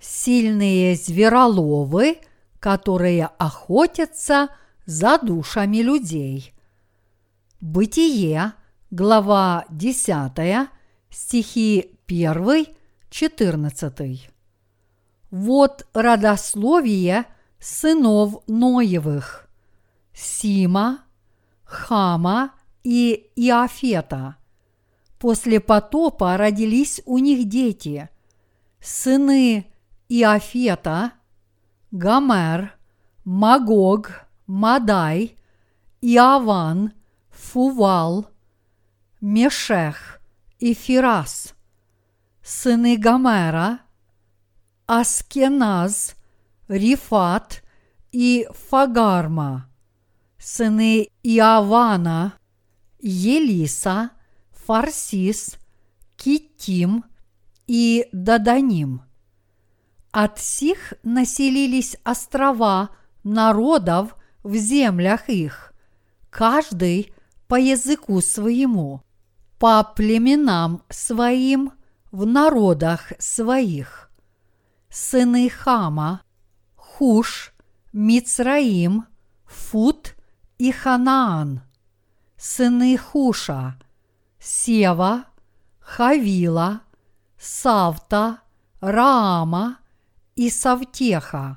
Сильные звероловы, которые охотятся за душами людей. Бытие, глава 10, стихи 1, 14. Вот родословие сынов Ноевых: Сима, Хама и Иафета. После потопа родились у них дети. Сыны Иафета: Гомер, Магог, Мадай, Иаван, Фувал, Мешех и Фирас. Сыны Гомера: Аскеназ, Рифат и Фагарма. Сыны Иавана: Елиса, Фарсис, Киттим и Даданим. От сих населились острова народов в землях их, каждый по языку своему, по племенам своим, в народах своих. Сыны Хама: Хуш, Мицраим, Фут и Ханаан. Сыны Хуша: Сева, Хавила, Савта, Раама и Савтеха.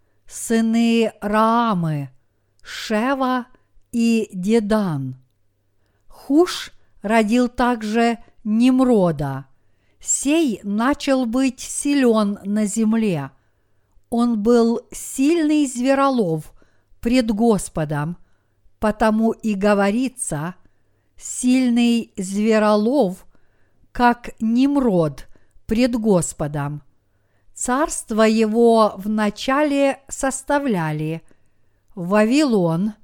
Сыны Раамы: Шева и Дедан. Хуш родил также Нимрода. Сей начал быть силен на земле. Он был сильный зверолов пред Господом, потому и говорится: сильный зверолов, как Нимрод пред Господом. Царство его вначале составляли Вавилон,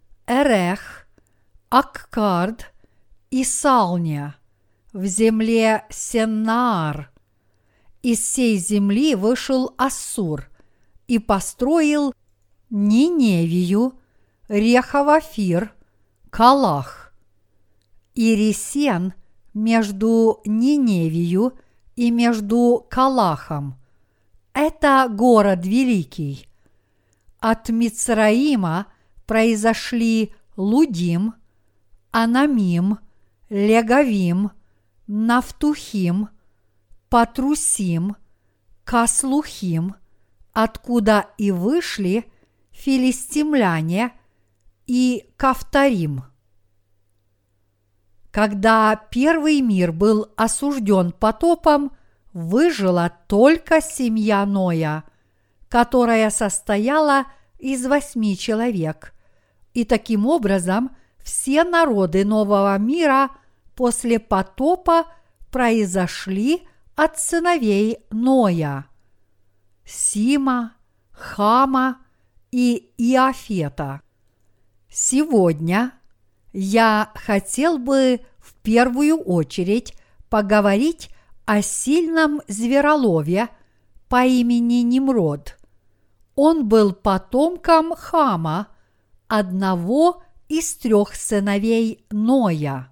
Эрех, Аккард и Салня в земле Сеннаар. Из сей земли вышел Ассур и построил Ниневию, Рехавафир, Калах. И Ресен между Ниневию и между Калахом. Это город великий. От Мицраима произошли Лудим, Анамим, Легавим, Нафтухим, Патрусим, Каслухим, откуда и вышли филистимляне и Кафторим. Когда первый мир был осужден потопом, выжила только семья Ноя, которая состояла из 8 человек, и таким образом все народы нового мира после потопа произошли от сыновей Ноя: Сима, Хама и Иафета. Сегодня я хотел бы в первую очередь поговорить о сильном зверолове по имени Нимрод. Он был потомком Хама, одного из 3 сыновей Ноя.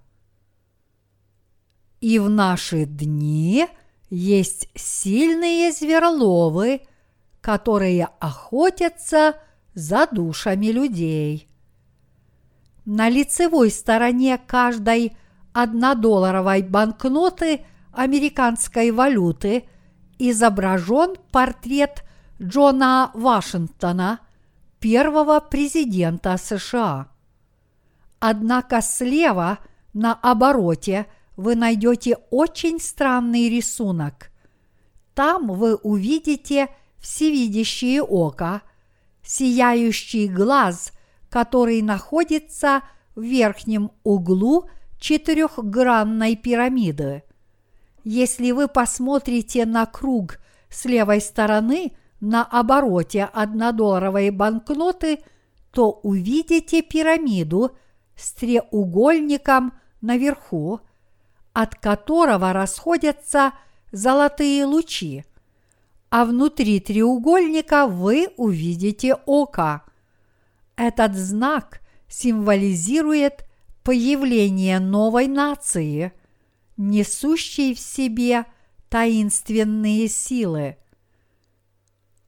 И в наши дни есть сильные звероловы, которые охотятся за душами людей. На лицевой стороне каждой 1-долларовой банкноты американской валюты изображен портрет Джона Вашингтона, первого президента США. Однако слева на обороте вы найдете очень странный рисунок. Там вы увидите всевидящее око, сияющий глаз, который находится в верхнем углу 4-гранной пирамиды. Если вы посмотрите на круг с левой стороны на обороте 1-долларовой банкноты, то увидите пирамиду с треугольником наверху, от которого расходятся золотые лучи, а внутри треугольника вы увидите око. Этот знак символизирует появление новой нации, несущей в себе таинственные силы.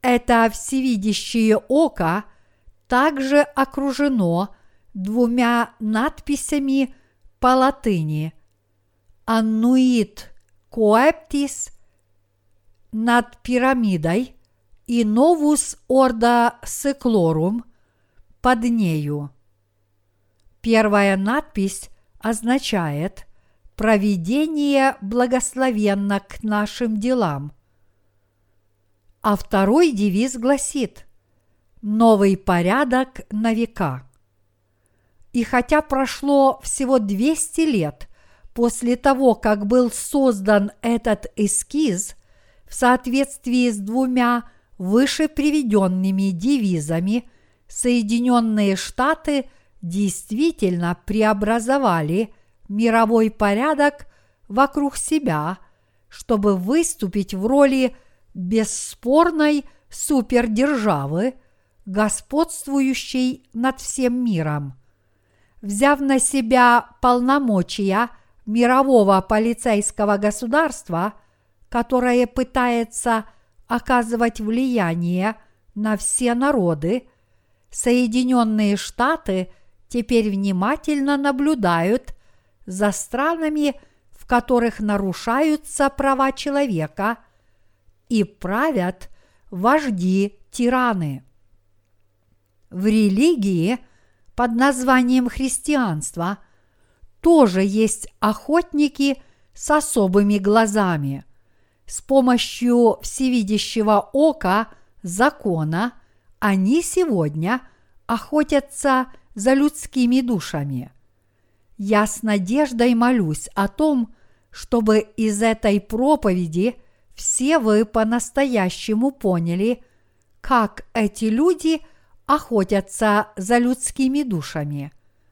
Это всевидящее око также окружено двумя надписями по латыни «Annuit coeptis» над пирамидой и «Novus ordo seclorum» под нею. Первая надпись означает «Провидение благословенно к нашим делам», а второй девиз гласит «Новый порядок на века». И хотя прошло всего 200 лет после того, как был создан этот эскиз в соответствии с двумя выше приведенными девизами, Соединенные Штаты действительно преобразовали мировой порядок вокруг себя, чтобы выступить в роли бесспорной супердержавы, господствующей над всем миром. Взяв на себя полномочия мирового полицейского государства, которое пытается оказывать влияние на все народы, Соединенные Штаты теперь внимательно наблюдают за странами, в которых нарушаются права человека и правят вожди-тираны. В религии под названием христианство тоже есть охотники с особыми глазами. С помощью всевидящего ока закона они сегодня охотятся за людскими душами. Я с надеждой молюсь о том, чтобы из этой проповеди все вы по-настоящему поняли, как эти люди охотятся за людскими душами.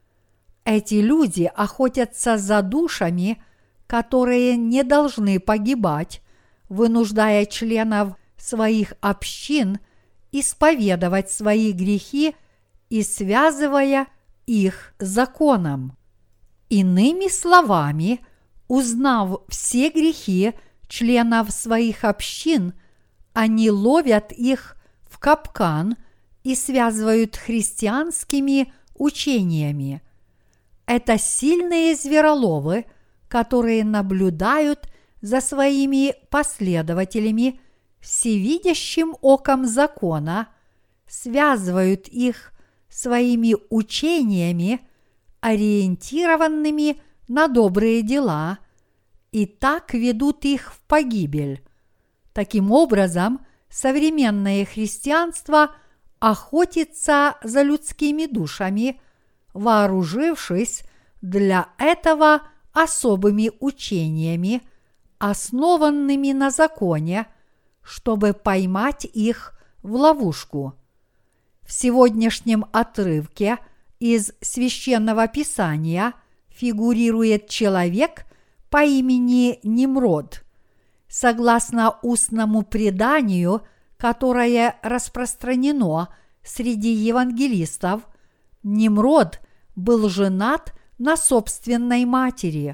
Эти люди охотятся за душами, которые не должны погибать, вынуждая членов своих общин исповедовать свои грехи и связывая их законом. Иными словами, узнав все грехи членов своих общин, они ловят их в капкан и связывают христианскими учениями. Это сильные звероловы, которые наблюдают за своими последователями всевидящим оком закона, связывают их своими учениями, ориентированными на добрые дела, и так ведут их в погибель. Таким образом, современное христианство охотится за людскими душами, вооружившись для этого особыми учениями, основанными на законе, чтобы поймать их в ловушку. В сегодняшнем отрывке из Священного Писания фигурирует человек по имени Нимрод. Согласно устному преданию, которое распространено среди евангелистов, Нимрод был женат на собственной матери.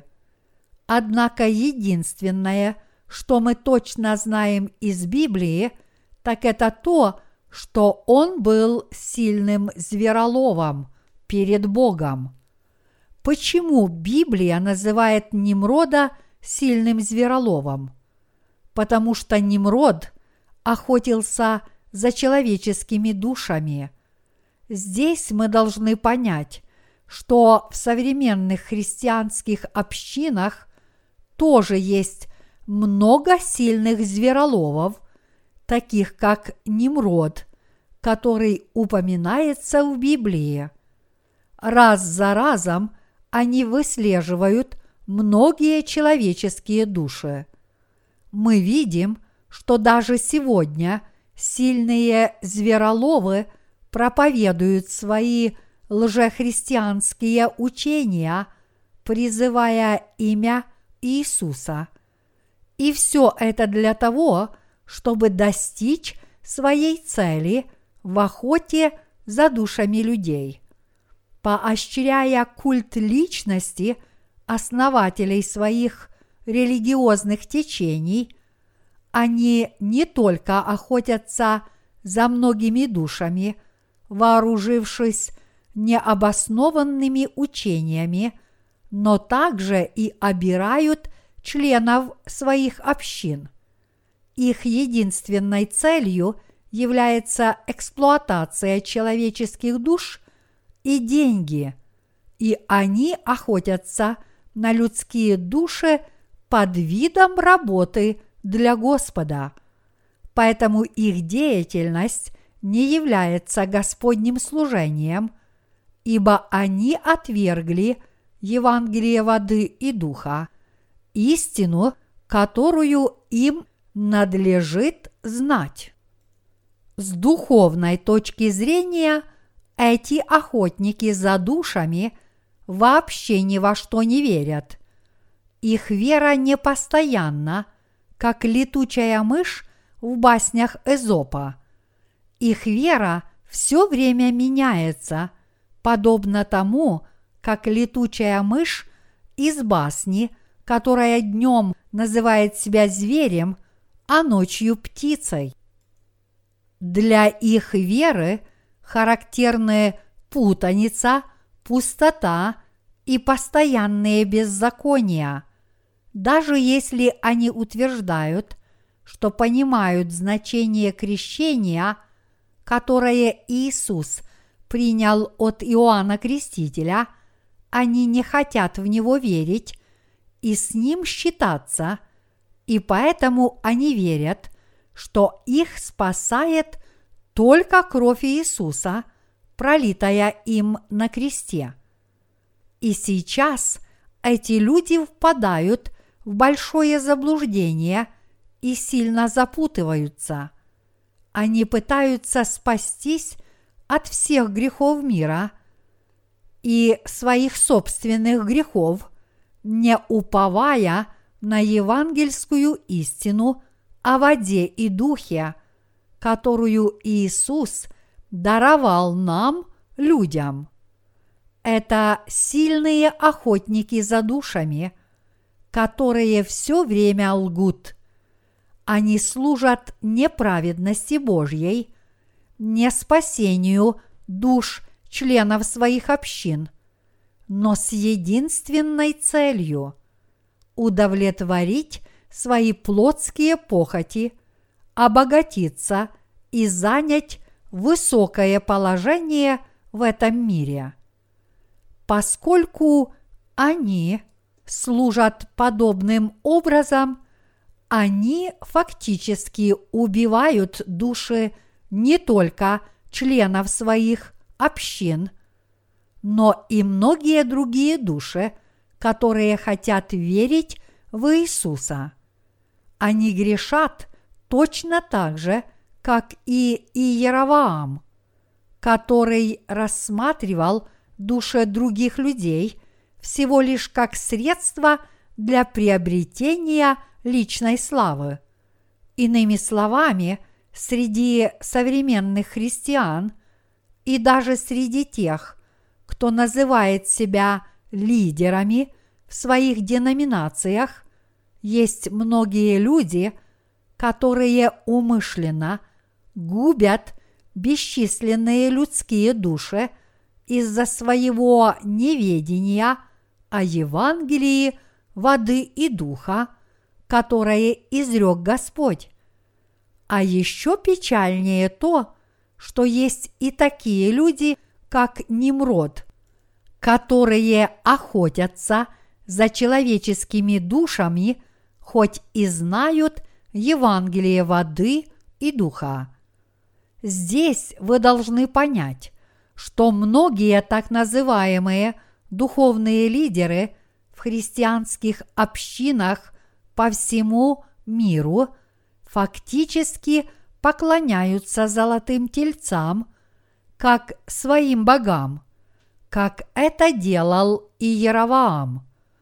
Однако единственное, что мы точно знаем из Библии, так это то, что он был сильным звероловом перед Богом. Почему Библия называет Нимрода сильным звероловом? Потому что Нимрод охотился за человеческими душами. Здесь мы должны понять, что в современных христианских общинах тоже есть много сильных звероловов, таких как Нимрод, который упоминается в Библии. Раз за разом они выслеживают многие человеческие души. Мы видим, что даже сегодня сильные звероловы проповедуют свои лжехристианские учения, призывая имя Иисуса. И все это для того, чтобы достичь своей цели в охоте за душами людей. Поощряя культ личности основателей своих религиозных течений, они не только охотятся за многими душами, вооружившись необоснованными учениями, но также и обирают членов своих общин. Их единственной целью является эксплуатация человеческих душ и деньги, и они охотятся на людские души под видом работы для Господа. Поэтому их деятельность не является Господним служением, ибо они отвергли Евангелие воды и духа, истину, которую им надлежит знать. С духовной точки зрения эти охотники за душами вообще ни во что не верят. Их вера непостоянна, как летучая мышь в баснях Эзопа. Их вера все время меняется, подобно тому, как летучая мышь из басни, которая днем называет себя зверем, а ночью птицей. Для их веры характерны путаница, пустота и постоянные беззакония. Даже если они утверждают, что понимают значение крещения, которое Иисус принял от Иоанна Крестителя, они не хотят в него верить и с ним считаться, и поэтому они верят, что их спасает только кровь Иисуса, пролитая им на кресте. И сейчас эти люди впадают в большое заблуждение и сильно запутываются. Они пытаются спастись от всех грехов мира и своих собственных грехов, не уповая на евангельскую истину о воде и духе, которую Иисус даровал нам, людям. Это сильные охотники за душами, которые все время лгут. Они служат не праведности Божьей, не спасению душ членов своих общин, но с единственной целью – удовлетворить свои плотские похоти, обогатиться и занять высокое положение в этом мире. Поскольку они служат подобным образом, они фактически убивают души не только членов своих общин, но и многие другие души, которые хотят верить в Иисуса. Они грешат точно так же, как и Иеровоам, который рассматривал души других людей всего лишь как средство для приобретения личной славы. Иными словами, среди современных христиан и даже среди тех, кто называет себя лидерами в своих деноминациях, есть многие люди, которые умышленно губят бесчисленные людские души из-за своего неведения о Евангелии воды и духа, которое изрек Господь. А еще печальнее то, что есть и такие люди, как Нимрод, которые охотятся за человеческими душами, хоть и знают Евангелие воды и духа. Здесь вы должны понять, что многие так называемые духовные лидеры в христианских общинах по всему миру фактически поклоняются золотым тельцам, как своим богам, как это делал Иеровоам.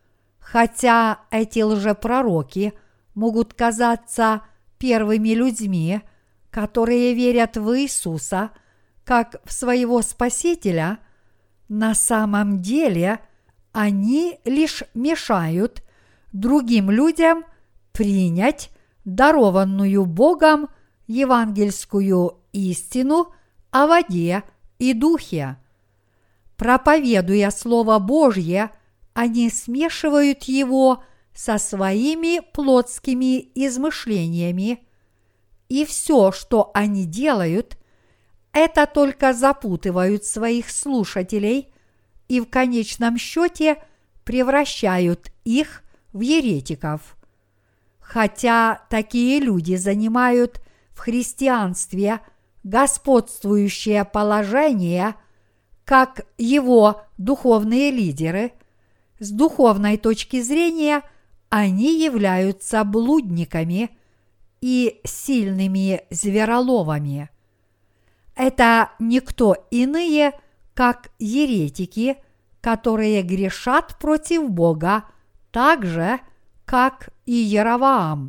Хотя эти лжепророки могут казаться первыми людьми, которые верят в Иисуса как в своего Спасителя, на самом деле они лишь мешают другим людям принять дарованную Богом евангельскую истину о воде и духе. Проповедуя Слово Божье, они смешивают его со своими плотскими измышлениями, и все, что они делают, это только запутывают своих слушателей и в конечном счете превращают их в еретиков. Хотя такие люди занимают в христианстве господствующее положение, как его духовные лидеры, с духовной точки зрения они являются блудниками и сильными звероловами. Это никто иные, как еретики, которые грешат против Бога так же, как и Яровоам.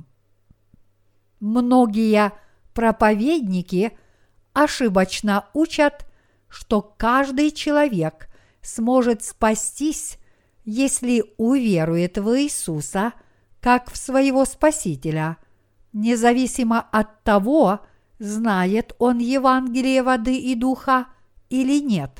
Многие проповедники ошибочно учат, что каждый человек сможет спастись, если уверует в Иисуса как в своего Спасителя, независимо от того, знает он Евангелие воды и духа или нет.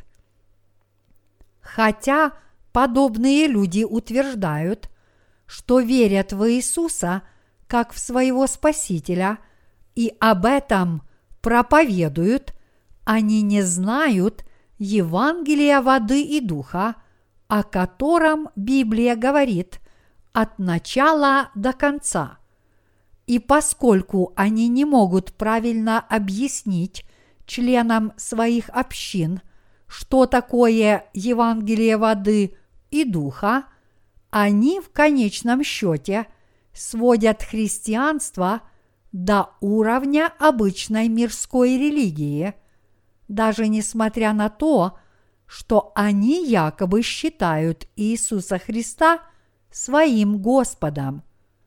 Хотя подобные люди утверждают, что верят в Иисуса как в своего Спасителя и об этом проповедуют, они не знают Евангелия воды и духа, о котором Библия говорит от начала до конца. И поскольку они не могут правильно объяснить членам своих общин, что такое Евангелие воды и духа, они в конечном счете сводят христианство до уровня обычной мирской религии, даже несмотря на то, что они якобы считают Иисуса Христа своим Господом.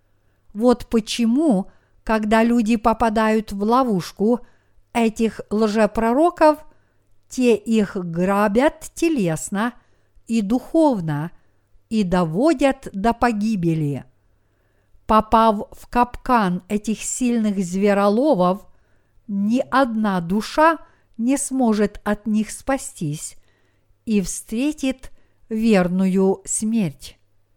Вот почему, когда люди попадают в ловушку этих лжепророков, те их грабят телесно и духовно и доводят до погибели. Попав в капкан этих сильных звероловов, ни одна душа не сможет от них спастись и встретит верную смерть.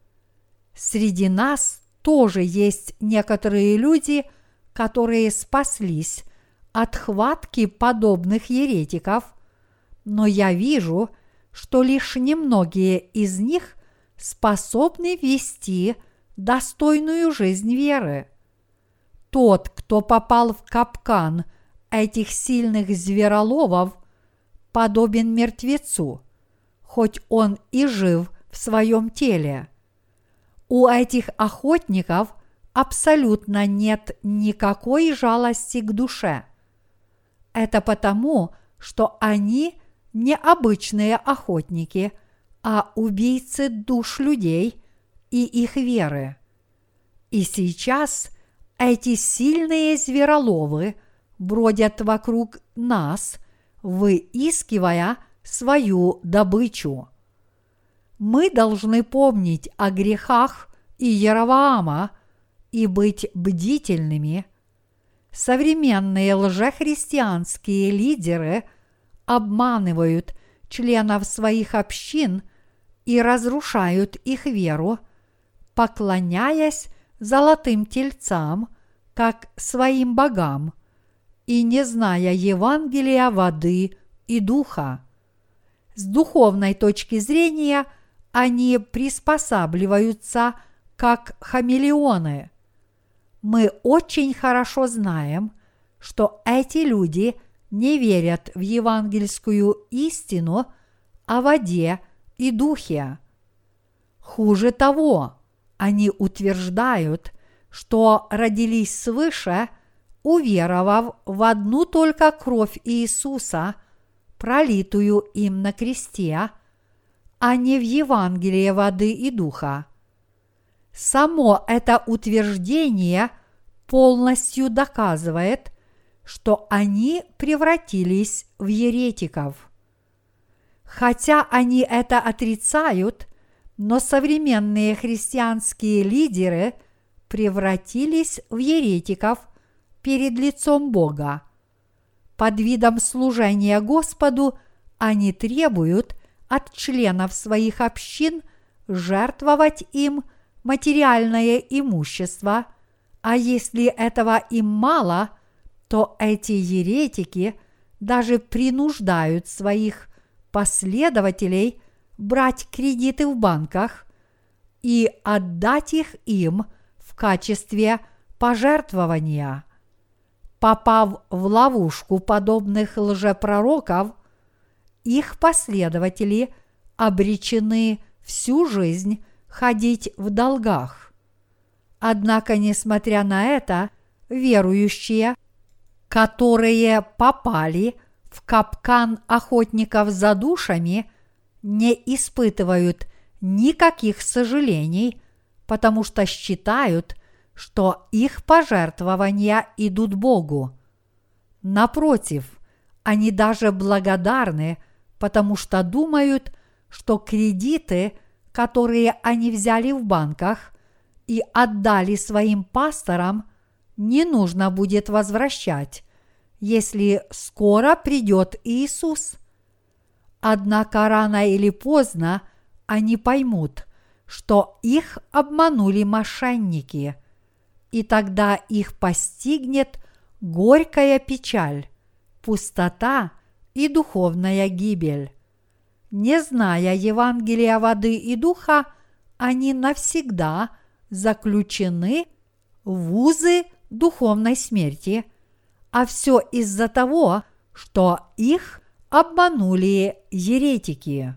Среди нас тоже есть некоторые люди, которые спаслись от хватки подобных еретиков, но я вижу, что лишь немногие из них способны вести достойную жизнь веры. Тот, кто попал в капкан этих сильных звероловов, подобен мертвецу, хоть он и жив в своем теле. У этих охотников абсолютно нет никакой жалости к душе. Это потому, что они не обычные охотники, а убийцы душ людей и их веры. И сейчас эти сильные звероловы бродят вокруг нас, выискивая свою добычу. Мы должны помнить о грехах Иеровоама и быть бдительными. Современные лжехристианские лидеры обманывают членов своих общин и разрушают их веру, поклоняясь золотым тельцам, как своим богам, и не зная Евангелия воды и духа. С духовной точки зрения они приспосабливаются как хамелеоны. Мы очень хорошо знаем, что эти люди не верят в евангельскую истину о воде и духе. Хуже того, они утверждают, что родились свыше, уверовав в одну только кровь Иисуса, пролитую им на кресте, а не в Евангелие воды и духа. Само это утверждение полностью доказывает, что они превратились в еретиков. Хотя они это отрицают, но современные христианские лидеры превратились в еретиков перед лицом Бога. под видом служения Господу они требуют от членов своих общин жертвовать им материальное имущество, а если этого им мало, то эти еретики даже принуждают своих последователей брать кредиты в банках и отдать их им в качестве пожертвования. Попав в ловушку подобных лжепророков, их последователи обречены всю жизнь ходить в долгах. Однако, несмотря на это, верующие, которые попали в капкан охотников за душами, не испытывают никаких сожалений, потому что считают, что их пожертвования идут Богу. Напротив, они даже благодарны, потому что думают, что кредиты, которые они взяли в банках и отдали своим пасторам, не нужно будет возвращать, если скоро придет Иисус. Однако рано или поздно они поймут, что их обманули мошенники, и тогда их постигнет горькая печаль, пустота и духовная гибель. Не зная Евангелия воды и духа, они навсегда заключены в узы духовной смерти, а все из-за того, что их обманули еретики.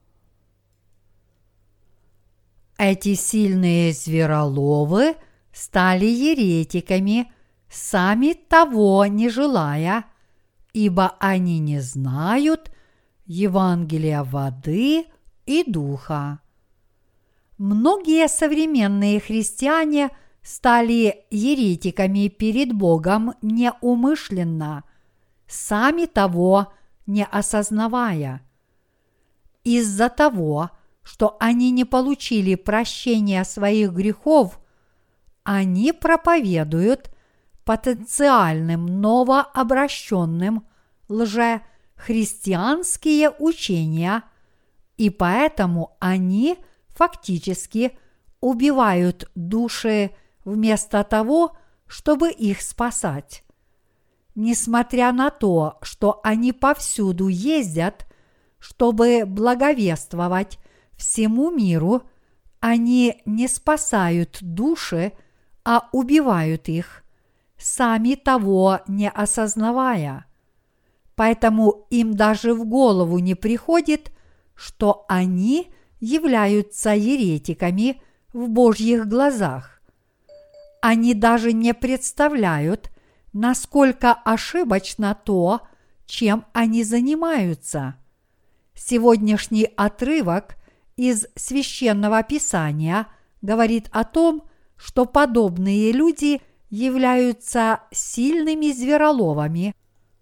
Эти сильные звероловы стали еретиками, сами того не желая, ибо они не знают Евангелия воды и духа. Многие современные христиане стали еретиками перед Богом неумышленно, сами того не осознавая. Из-за того, что они не получили прощения своих грехов, они проповедуют потенциальным новообращенным лжехристианские учения, и поэтому они фактически убивают души вместо того, чтобы их спасать. Несмотря на то, что они повсюду ездят, чтобы благовествовать всему миру, они не спасают души, а убивают их, сами того не осознавая. Поэтому им даже в голову не приходит, что они являются еретиками в Божьих глазах. Они даже не представляют, насколько ошибочно то, чем они занимаются. Сегодняшний отрывок из Священного Писания говорит о том, что подобные люди являются сильными звероловами,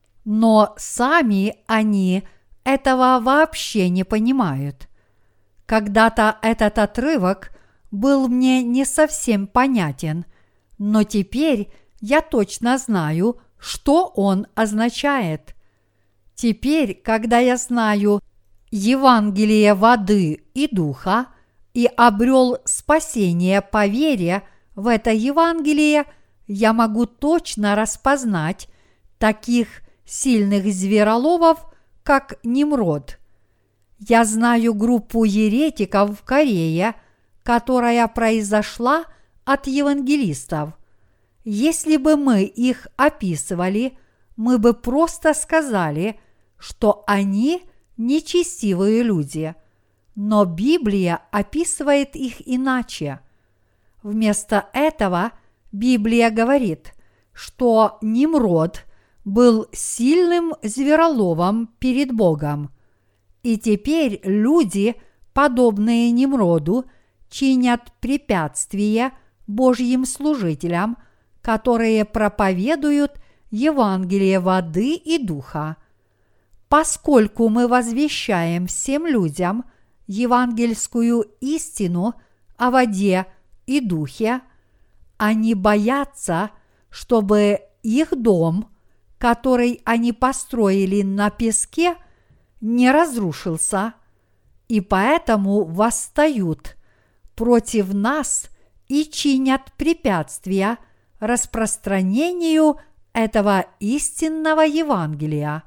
но сами они этого вообще не понимают. Когда-то этот отрывок был мне не совсем понятен, но теперь я точно знаю, что он означает. Теперь, когда я знаю Евангелие воды и духа и обрел спасение по вере в это Евангелие, я могу точно распознать таких сильных звероловов, как Нимрод. Я знаю группу еретиков в Корее, которая произошла от евангелистов. Если бы мы их описывали, мы бы просто сказали, что они нечестивые люди, но Библия описывает их иначе. Вместо этого Библия говорит, что Нимрод был сильным звероловом перед Богом. И теперь люди, подобные Нимроду, чинят препятствия Божьим служителям, которые проповедуют Евангелие воды и духа. Поскольку мы возвещаем всем людям евангельскую истину о воде и духе, они боятся, чтобы их дом, который они построили на песке, не разрушился, и поэтому восстают против нас и чинят препятствия распространению этого истинного Евангелия.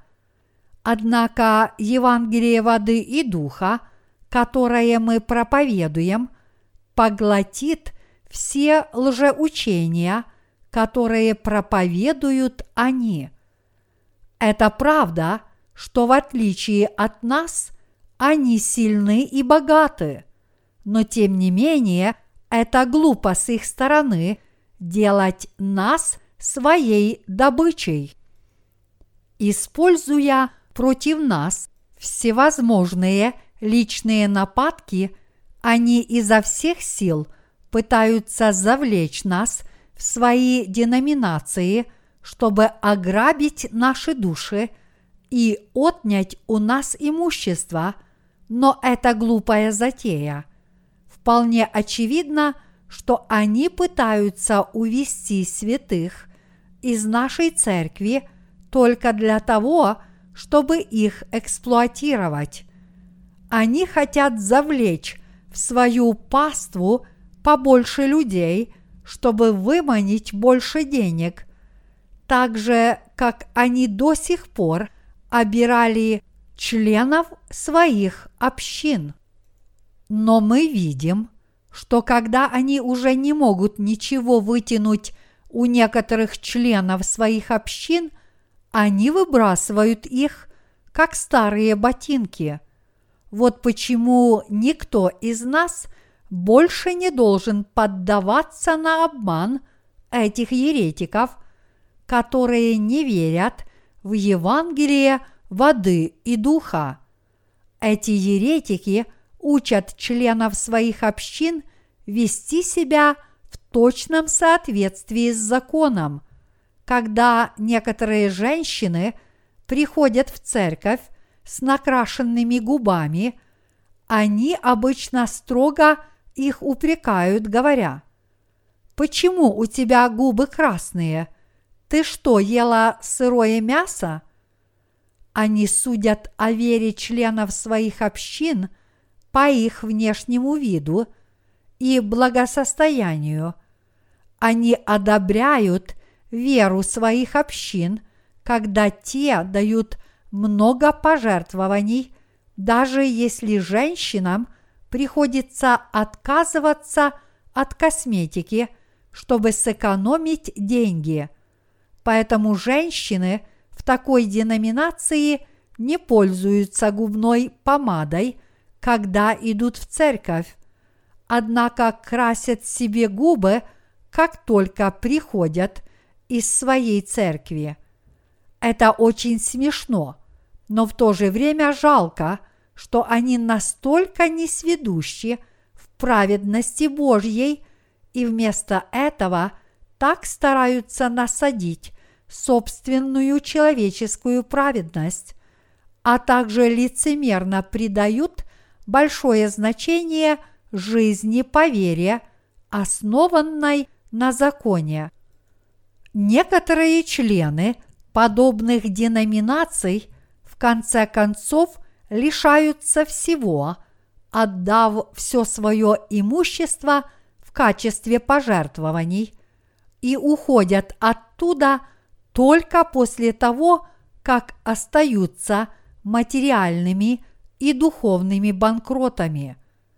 Однако Евангелие воды и духа, которое мы проповедуем, поглотит все лжеучения, которые проповедуют они. Это правда, что в отличие от нас они сильны и богаты, но тем не менее это глупо с их стороны делать нас своей добычей. Используя против нас всевозможные личные нападки, они изо всех сил пытаются завлечь нас в свои деноминации, чтобы ограбить наши души и отнять у нас имущество, но это глупая затея. Вполне очевидно, что они пытаются увести святых из нашей церкви только для того, чтобы их эксплуатировать. Они хотят завлечь в свою паству побольше людей, чтобы выманить больше денег, так же, как они до сих пор обирали членов своих общин. Но мы видим, что когда они уже не могут ничего вытянуть у некоторых членов своих общин, они выбрасывают их, как старые ботинки. Вот почему никто из нас больше не должен поддаваться на обман этих еретиков, которые не верят в Евангелие воды и духа. Эти еретики учат членов своих общин вести себя в точном соответствии с законом. Когда некоторые женщины приходят в церковь с накрашенными губами, они обычно строго их упрекают, говоря: «Почему у тебя губы красные? Ты что, ела сырое мясо?» Они судят о вере членов своих общин по их внешнему виду и благосостоянию. Они одобряют веру своих общин, когда те дают много пожертвований, даже если женщинам приходится отказываться от косметики, чтобы сэкономить деньги. Поэтому женщины в такой деноминации не пользуются губной помадой, когда идут в церковь, однако красят себе губы, как только приходят из своей церкви. Это очень смешно, но в то же время жалко, что они настолько несведущи в праведности Божьей и вместо этого так стараются насадить собственную человеческую праведность, а также лицемерно придают большое значение жизни по вере, основанной на законе. Некоторые члены подобных деноминаций в конце концов лишаются всего, отдав все свое имущество в качестве пожертвований, и уходят оттуда только после того, как остаются материальными и духовными банкротами.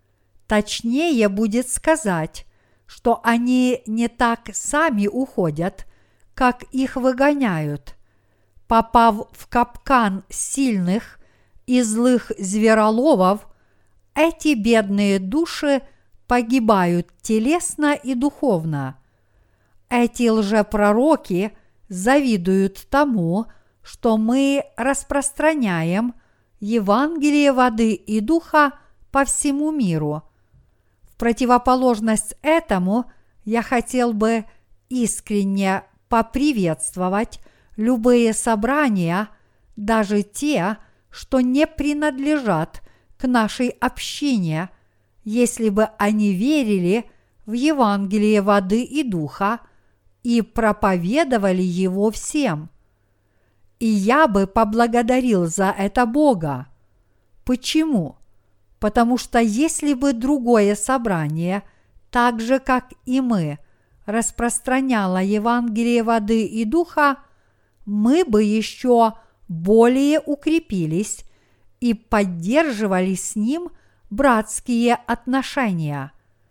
Точнее будет сказать, что они не так сами уходят, как их выгоняют. Попав в капкан сильных и злых звероловов, эти бедные души погибают телесно и духовно. Эти лжепророки завидуют тому, что мы распространяем Евангелие воды и духа по всему миру. В противоположность этому я хотел бы искренне поприветствовать любые собрания, даже те, что не принадлежат к нашей общине, если бы они верили в Евангелие воды и духа и проповедовали его всем. И я бы поблагодарил за это Бога. Почему? Потому что если бы другое собрание, так же как и мы, распространяло Евангелие воды и духа, мы бы еще более укрепились и поддерживали с ним братские отношения.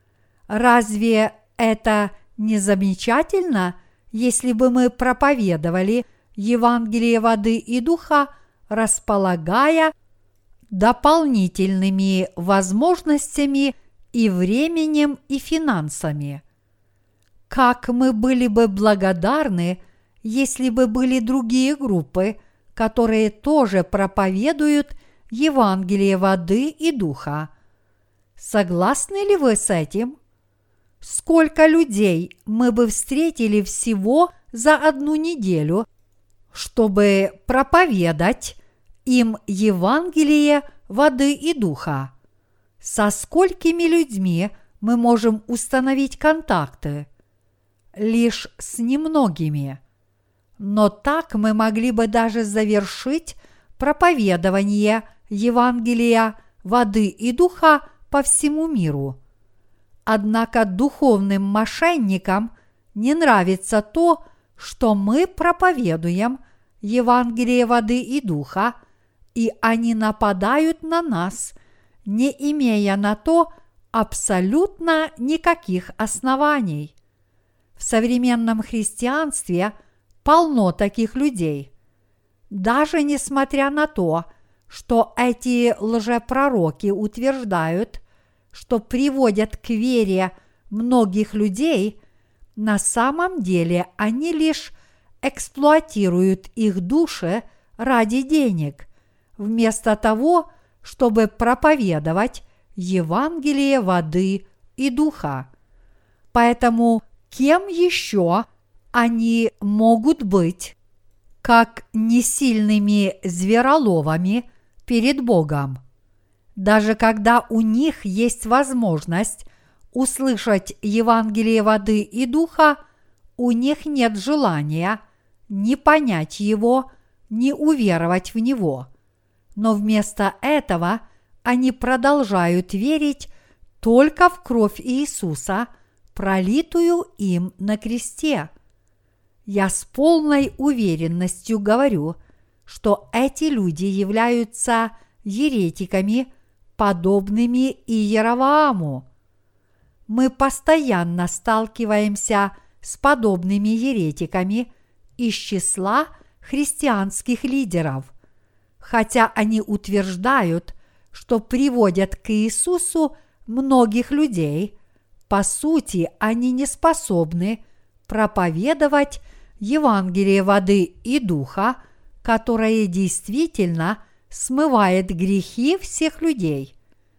Разве это не замечательно, если бы мы проповедовали Евангелие воды и духа, располагая дополнительными возможностями и временем, и финансами? Как мы были бы благодарны, если бы были другие группы, которые тоже проповедуют Евангелие воды и духа. Согласны ли вы с этим? Сколько людей мы бы встретили всего за одну неделю, чтобы проповедать им Евангелие воды и духа? Со сколькими людьми мы можем установить контакты? Лишь с немногими. Но так мы могли бы даже завершить проповедование Евангелия воды и духа по всему миру. Однако духовным мошенникам не нравится то, что мы проповедуем Евангелие воды и духа, и они нападают на нас, не имея на то абсолютно никаких оснований. В современном христианстве полно таких людей. Даже несмотря на то, что эти лжепророки утверждают, что приводят к вере многих людей, на самом деле они лишь эксплуатируют их души ради денег, вместо того, чтобы проповедовать Евангелие воды и духа. Поэтому кем еще они могут быть, как несильными звероловами перед Богом? Даже когда у них есть возможность услышать Евангелие воды и духа, у них нет желания ни понять его, ни уверовать в него. Но вместо этого они продолжают верить только в кровь Иисуса, пролитую им на кресте. Я с полной уверенностью говорю, что эти люди являются еретиками, подобными Иеровоаму. Мы постоянно сталкиваемся с подобными еретиками из числа христианских лидеров, хотя они утверждают, что приводят к Иисусу многих людей. По сути, они не способны проповедовать Евангелие воды и духа, которое действительно смывает грехи всех людей.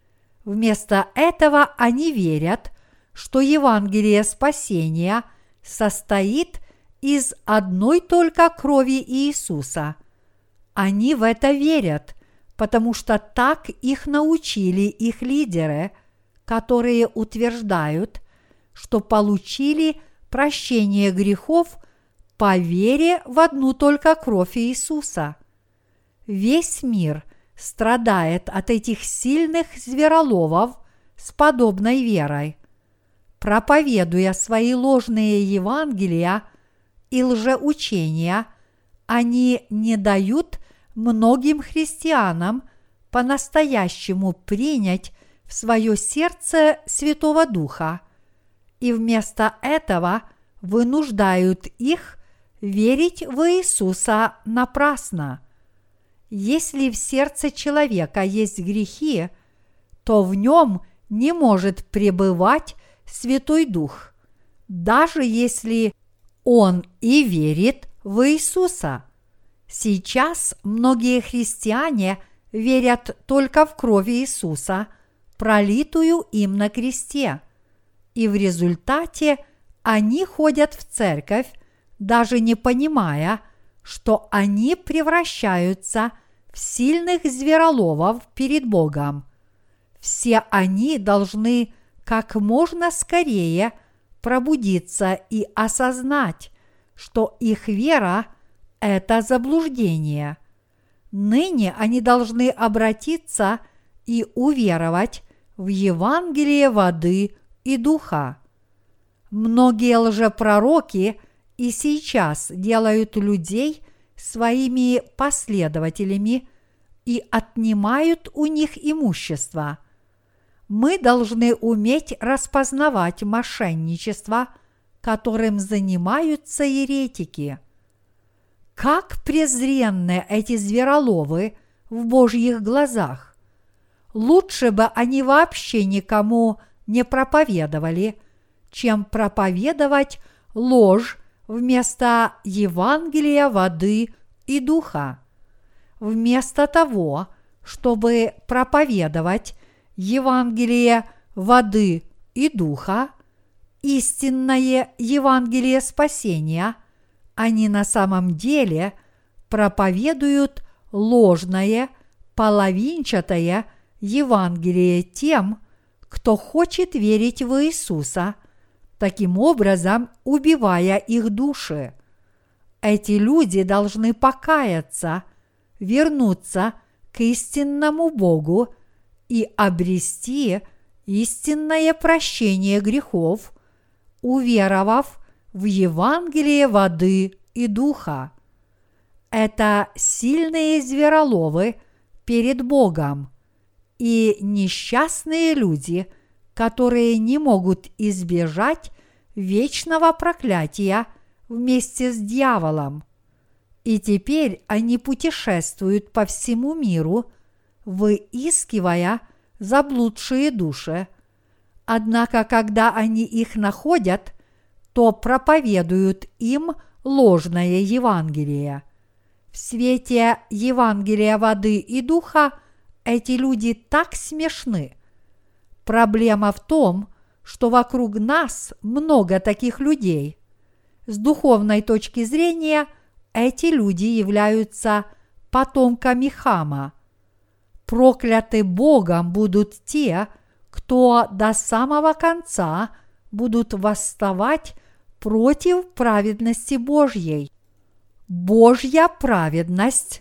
Вместо этого они верят, что Евангелие спасения состоит из одной только крови Иисуса. Они в это верят, потому что так их научили их лидеры, которые утверждают, что получили прощение грехов по вере в одну только кровь Иисуса. Весь мир страдает от этих сильных звероловов с подобной верой. Проповедуя свои ложные Евангелия и лжеучения, они не дают многим христианам по-настоящему принять в свое сердце Святого Духа, и вместо этого вынуждают их верить в Иисуса напрасно. Если в сердце человека есть грехи, то в нем не может пребывать Святой Дух, даже если он и верит в Иисуса. Сейчас многие христиане верят только в кровь Иисуса, пролитую им на кресте, и в результате они ходят в церковь, даже не понимая, что они превращаются в сильных звероловов перед Богом. Все они должны как можно скорее пробудиться и осознать, что их вера это заблуждение. Ныне они должны обратиться и уверовать в Евангелие воды и духа. Многие лжепророки и сейчас делают людей своими последователями и отнимают у них имущество. Мы должны уметь распознавать мошенничество, которым занимаются еретики. Как презренны эти звероловы в Божьих глазах! Лучше бы они вообще никому не проповедовали, чем проповедовать ложь вместо Евангелия воды и духа. Вместо того, чтобы проповедовать Евангелие воды и духа, истинное Евангелие спасения, они на самом деле проповедуют ложное, половинчатое Евангелие тем, кто хочет верить в Иисуса, таким образом убивая их души. Эти люди должны покаяться, вернуться к истинному Богу и обрести истинное прощение грехов, уверовав в Евангелие воды и духа. Это сильные звероловы перед Богом и несчастные люди, которые не могут избежать вечного проклятия вместе с дьяволом. И теперь они путешествуют по всему миру, выискивая заблудшие души. Однако, когда они их находят, то проповедуют им ложное Евангелие. В свете Евангелия воды и духа эти люди так смешны. Проблема в том, что вокруг нас много таких людей. С духовной точки зрения эти люди являются потомками Хама. Прокляты Богом будут те, кто до самого конца будут восставать против праведности Божьей. Божья праведность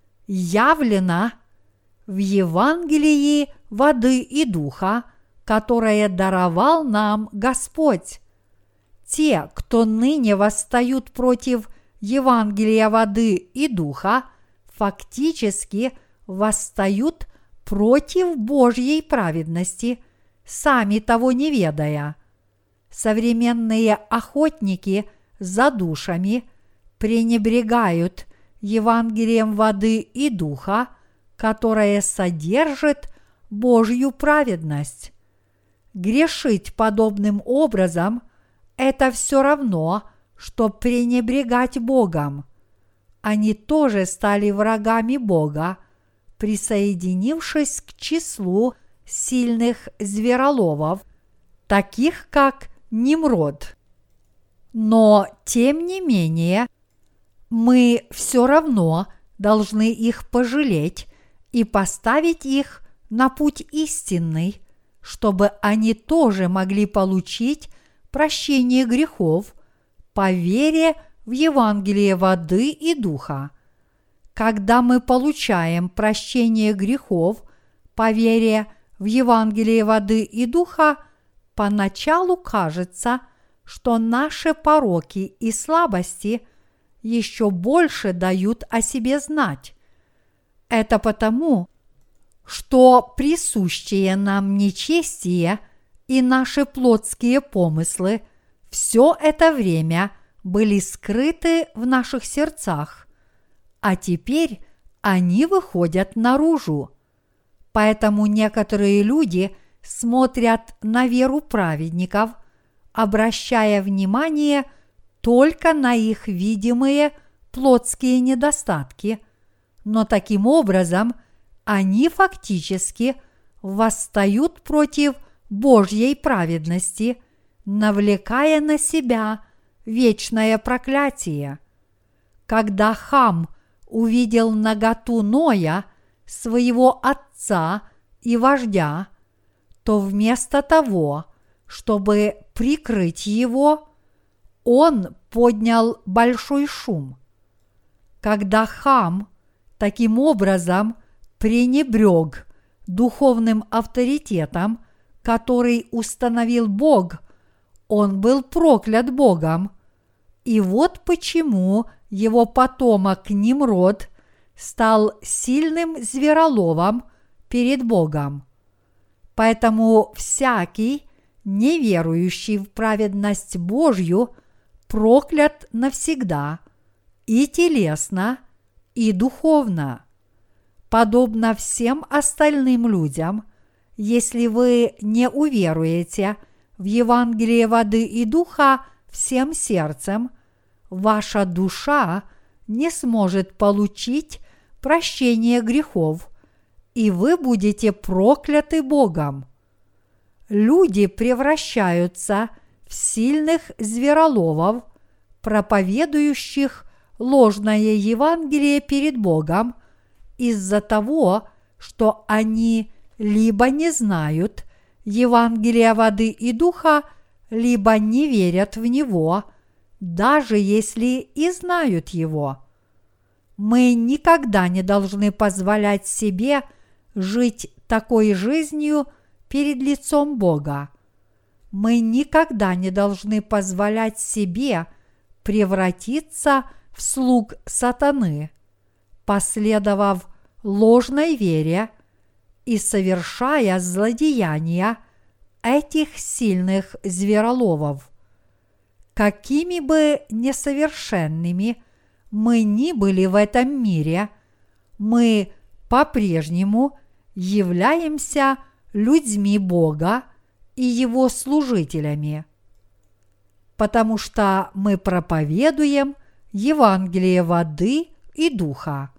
явлена в Евангелии воды и духа, которое даровал нам Господь. Те, кто ныне восстают против Евангелия воды и духа, фактически восстают против Божьей праведности, сами того не ведая. Современные охотники за душами пренебрегают Евангелием воды и духа, которое содержит Божью праведность. Грешить подобным образом – это все равно, что пренебрегать Богом. Они тоже стали врагами Бога, присоединившись к числу сильных звероловов, таких как Нимрод. Но, тем не менее, мы все равно должны их пожалеть и поставить их на путь истинный, чтобы они тоже могли получить прощение грехов по вере в Евангелие воды и духа. Когда мы получаем прощение грехов по вере в Евангелие воды и духа, поначалу кажется, что наши пороки и слабости еще больше дают о себе знать. Это потому, что присущие нам нечестие и наши плотские помыслы все это время были скрыты в наших сердцах, а теперь они выходят наружу. Поэтому некоторые люди смотрят на веру праведников, обращая внимание только на их видимые плотские недостатки, но таким образом они фактически восстают против Божьей праведности, навлекая на себя вечное проклятие. Когда Хам увидел наготу Ноя, своего отца и вождя, то вместо того, чтобы прикрыть его, он поднял большой шум. когда хам таким образом пренебрег духовным авторитетом, который установил Бог, он был проклят Богом. И вот почему его потомок Нимрод стал сильным звероловом перед Богом. Поэтому всякий, неверующий в праведность Божью, проклят навсегда, и телесно, и духовно. Подобно всем остальным людям, если вы не уверуете в Евангелие воды и духа всем сердцем, ваша душа не сможет получить прощение грехов, и вы будете прокляты Богом. Люди превращаются в сильных звероловов, проповедующих ложное Евангелие перед Богом из-за того, что они либо не знают Евангелия воды и духа, либо не верят в него, даже если и знают его. Мы никогда не должны позволять себе жить такой жизнью перед лицом Бога. Мы никогда не должны позволять себе превратиться в слуг сатаны, последовав ложной вере и совершая злодеяния этих сильных звероловов. Какими бы несовершенными мы ни были в этом мире, мы по-прежнему являемся людьми Бога и Его служителями, потому что мы проповедуем Евангелие воды и духа.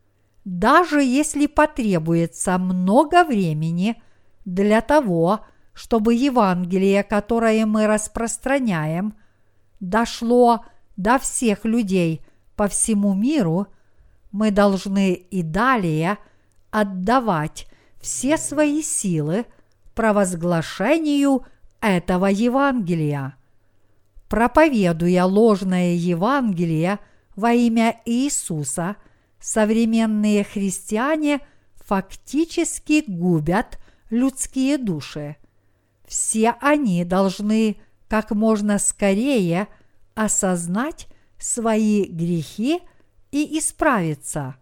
Даже если потребуется много времени для того, чтобы Евангелие, которое мы распространяем, дошло до всех людей по всему миру, мы должны и далее отдавать все свои силы провозглашению этого Евангелия. Проповедуя ложное Евангелие во имя Иисуса, современные христиане фактически губят людские души. Все они должны как можно скорее осознать свои грехи и исправиться.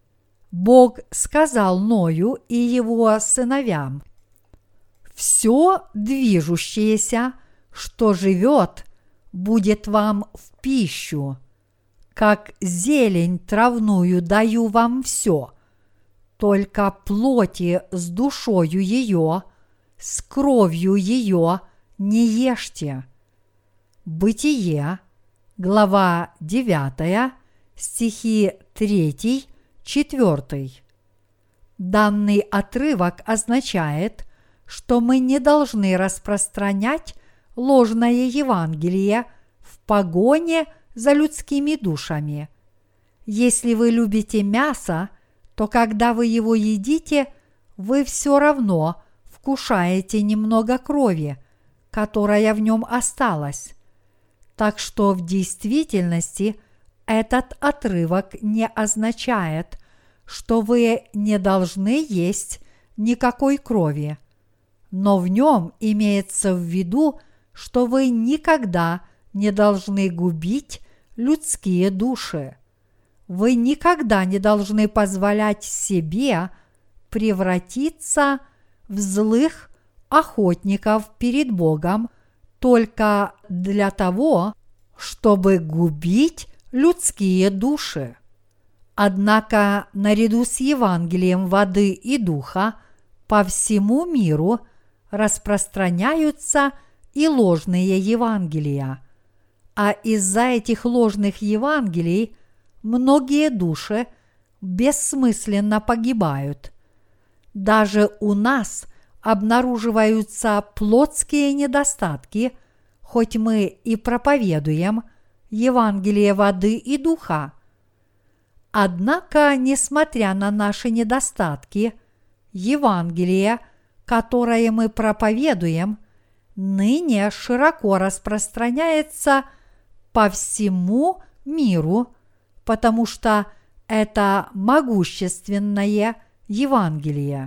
Бог сказал Ною и его сыновьям: «Все движущееся, что живет, будет вам в пищу. Как зелень травную даю вам все, только плоти с душою ее, с кровью ее не ешьте». Бытие, глава 9, стихи 3, 4. Данный отрывок означает, что мы не должны распространять ложное Евангелие в погоне за людскими душами. Если вы любите мясо, то когда вы его едите, вы все равно вкушаете немного крови, которая в нем осталась. Так что в действительности этот отрывок не означает, что вы не должны есть никакой крови, но в нем имеется в виду, что вы никогда не должны губить людские души. Вы никогда не должны позволять себе превратиться в злых охотников перед Богом только для того, чтобы губить людские души. Однако наряду с Евангелием воды и духа по всему миру распространяются и ложные Евангелия, а из-за этих ложных Евангелий многие души бессмысленно погибают. Даже у нас обнаруживаются плотские недостатки, хоть мы и проповедуем Евангелие воды и духа. Однако, несмотря на наши недостатки, Евангелие, которое мы проповедуем, ныне широко распространяется по всему миру, потому что это могущественное Евангелие.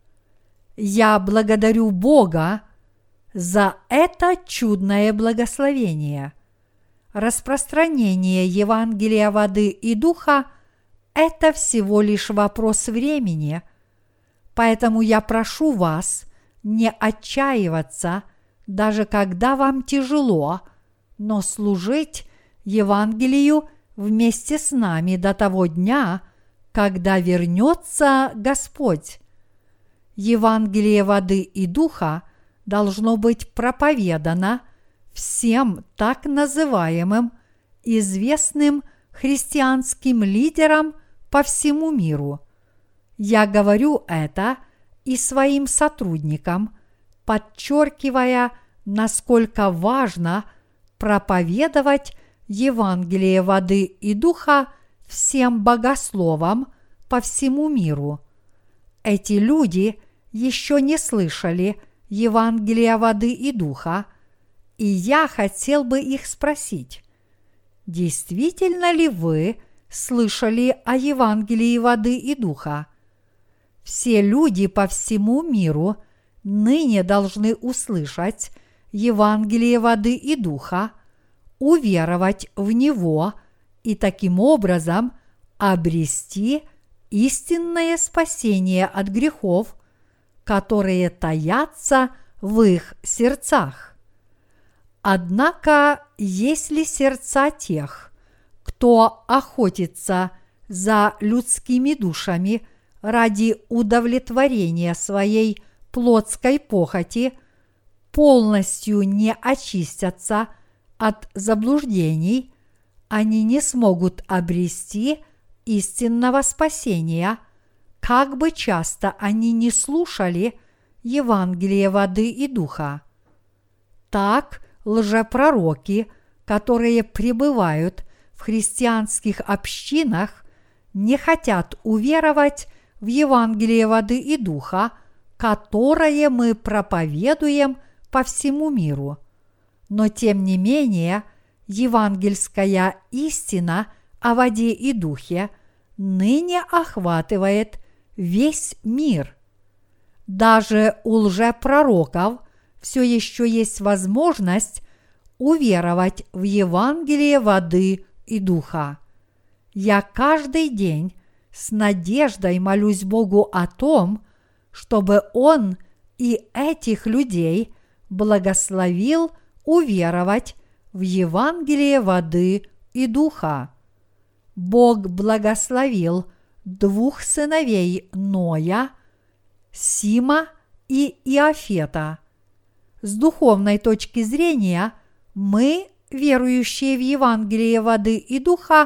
Я благодарю Бога за это чудное благословение. Распространение Евангелия воды и духа – это всего лишь вопрос времени, поэтому я прошу вас не отчаиваться, даже когда вам тяжело, но служить Евангелию вместе с нами до того дня, когда вернется Господь. Евангелие воды и духа должно быть проповедано всем так называемым известным христианским лидерам по всему миру. Я говорю это и своим сотрудникам, подчеркивая, насколько важно проповедовать Евангелие воды и духа всем богословам по всему миру. Эти люди еще не слышали Евангелия воды и духа, и я хотел бы их спросить, действительно ли вы слышали о Евангелии воды и духа? Все люди по всему миру ныне должны услышать Евангелие воды и духа, уверовать в него и таким образом обрести истинное спасение от грехов, которые таятся в их сердцах. Однако, если сердца тех, кто охотится за людскими душами ради удовлетворения своей плотской похоти, полностью не очистятся от заблуждений, они не смогут обрести истинного спасения, как бы часто они не слушали Евангелие воды и духа. Так лжепророки, которые пребывают в христианских общинах, не хотят уверовать в Евангелие воды и духа, которое мы проповедуем по всему миру. Но тем не менее, евангельская истина о воде и духе ныне охватывает весь мир. Даже у лжепророков все еще есть возможность уверовать в Евангелие воды и духа. Я каждый день с надеждой молюсь Богу о том, чтобы Он и этих людей благословил уверовать в Евангелие воды и духа. Бог благословил двух сыновей Ноя, Сима и Иофета. С духовной точки зрения мы, верующие в Евангелие воды и духа,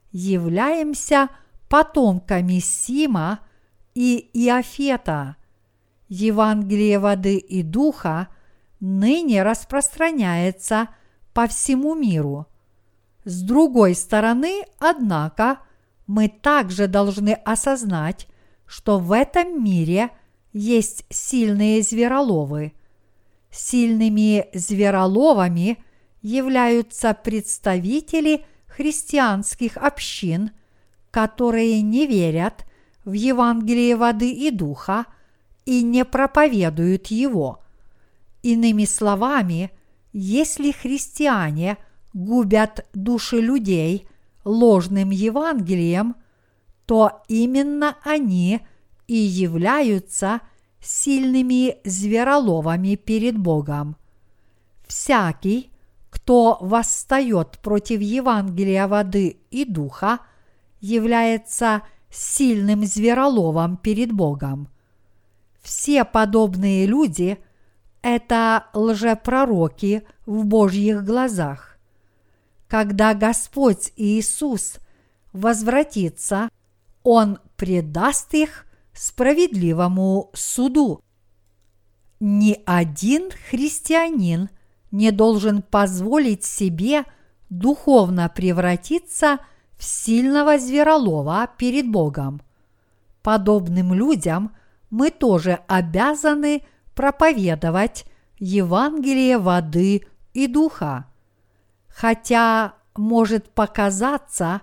являемся потомками Сима и Иофета. Евангелие воды и духа ныне распространяется по всему миру. С другой стороны, однако, мы также должны осознать, что в этом мире есть сильные звероловы. Сильными звероловами являются представители христианских общин, которые не верят в Евангелие воды и духа и не проповедуют его. Иными словами, если христиане губят души людей ложным Евангелием, то именно они и являются сильными звероловами перед Богом. Всякий, кто восстает против Евангелия воды и духа, является сильным звероловом перед Богом. Все подобные люди – это лжепророки в Божьих глазах. Когда Господь Иисус возвратится, Он предаст их справедливому суду. Ни один христианин не должен позволить себе духовно превратиться в сильного зверолова перед Богом. Подобным людям мы тоже обязаны проповедовать Евангелие воды и духа. Хотя может показаться,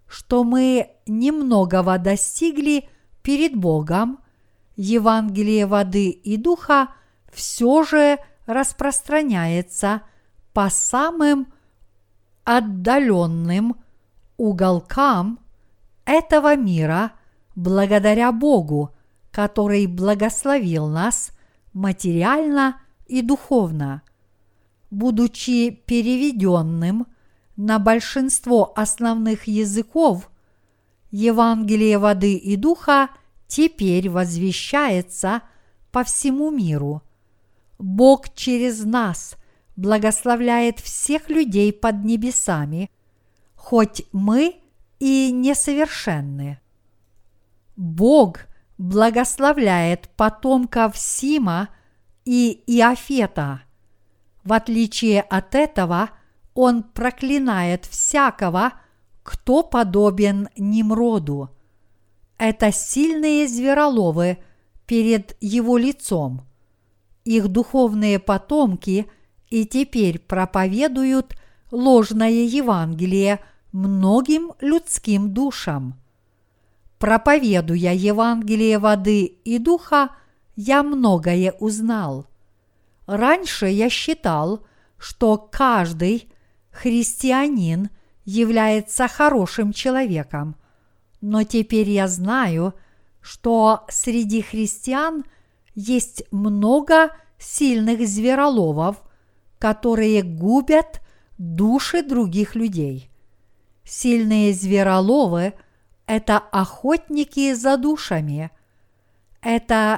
что мы немногого достигли перед Богом, Евангелие воды и духа все же распространяется по самым отдаленным уголкам этого мира благодаря Богу, который благословил нас материально и духовно. Будучи переведенным на большинство основных языков, Евангелие воды и духа теперь возвещается по всему миру. Бог через нас благословляет всех людей под небесами, хоть мы и несовершенны. Бог благословляет потомков Сима и Иафета. В отличие от этого, Он проклинает всякого, кто подобен Нимроду. Это сильные звероловы перед Его лицом. Их духовные потомки и теперь проповедуют ложное Евангелие многим людским душам. Проповедуя Евангелие воды и духа, я многое узнал. Раньше я считал, что каждый христианин является хорошим человеком, но теперь я знаю, что среди христиан есть много сильных звероловов, которые губят души других людей. Сильные звероловы – это охотники за душами. Это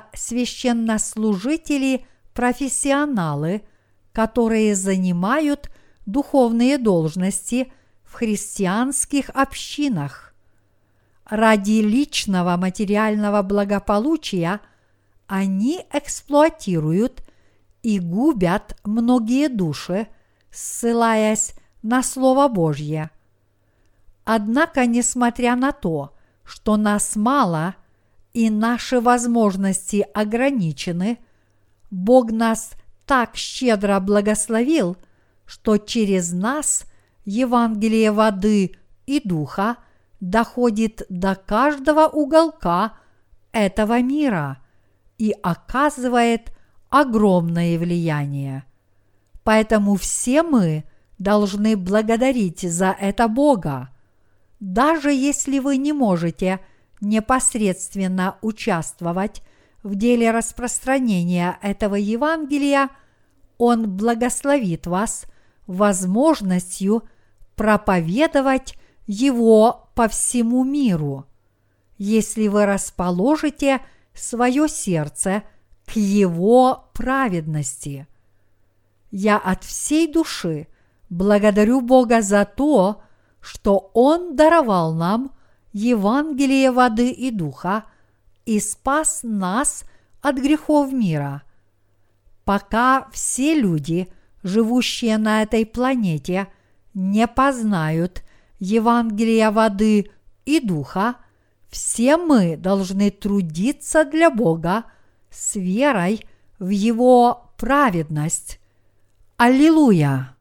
священнослужители-профессионалы, которые занимают духовные должности в христианских общинах. Ради личного материального благополучия они эксплуатируют и губят многие души, ссылаясь на Слово Божье. Однако, несмотря на то, что нас мало и наши возможности ограничены, Бог нас так щедро благословил, что через нас Евангелие воды и духа доходит до каждого уголка этого мира и оказывает огромное влияние. Поэтому все мы должны благодарить за это Бога. Даже если вы не можете непосредственно участвовать в деле распространения этого Евангелия, Он благословит вас возможностью проповедовать его по всему миру, если вы расположите свое сердце к Его праведности. Я от всей души благодарю Бога за то, что Он даровал нам Евангелие воды и духа и спас нас от грехов мира. Пока все люди, живущие на этой планете, не познают Евангелия воды и духа, все мы должны трудиться для Бога с верой в Его праведность. Аллилуйя!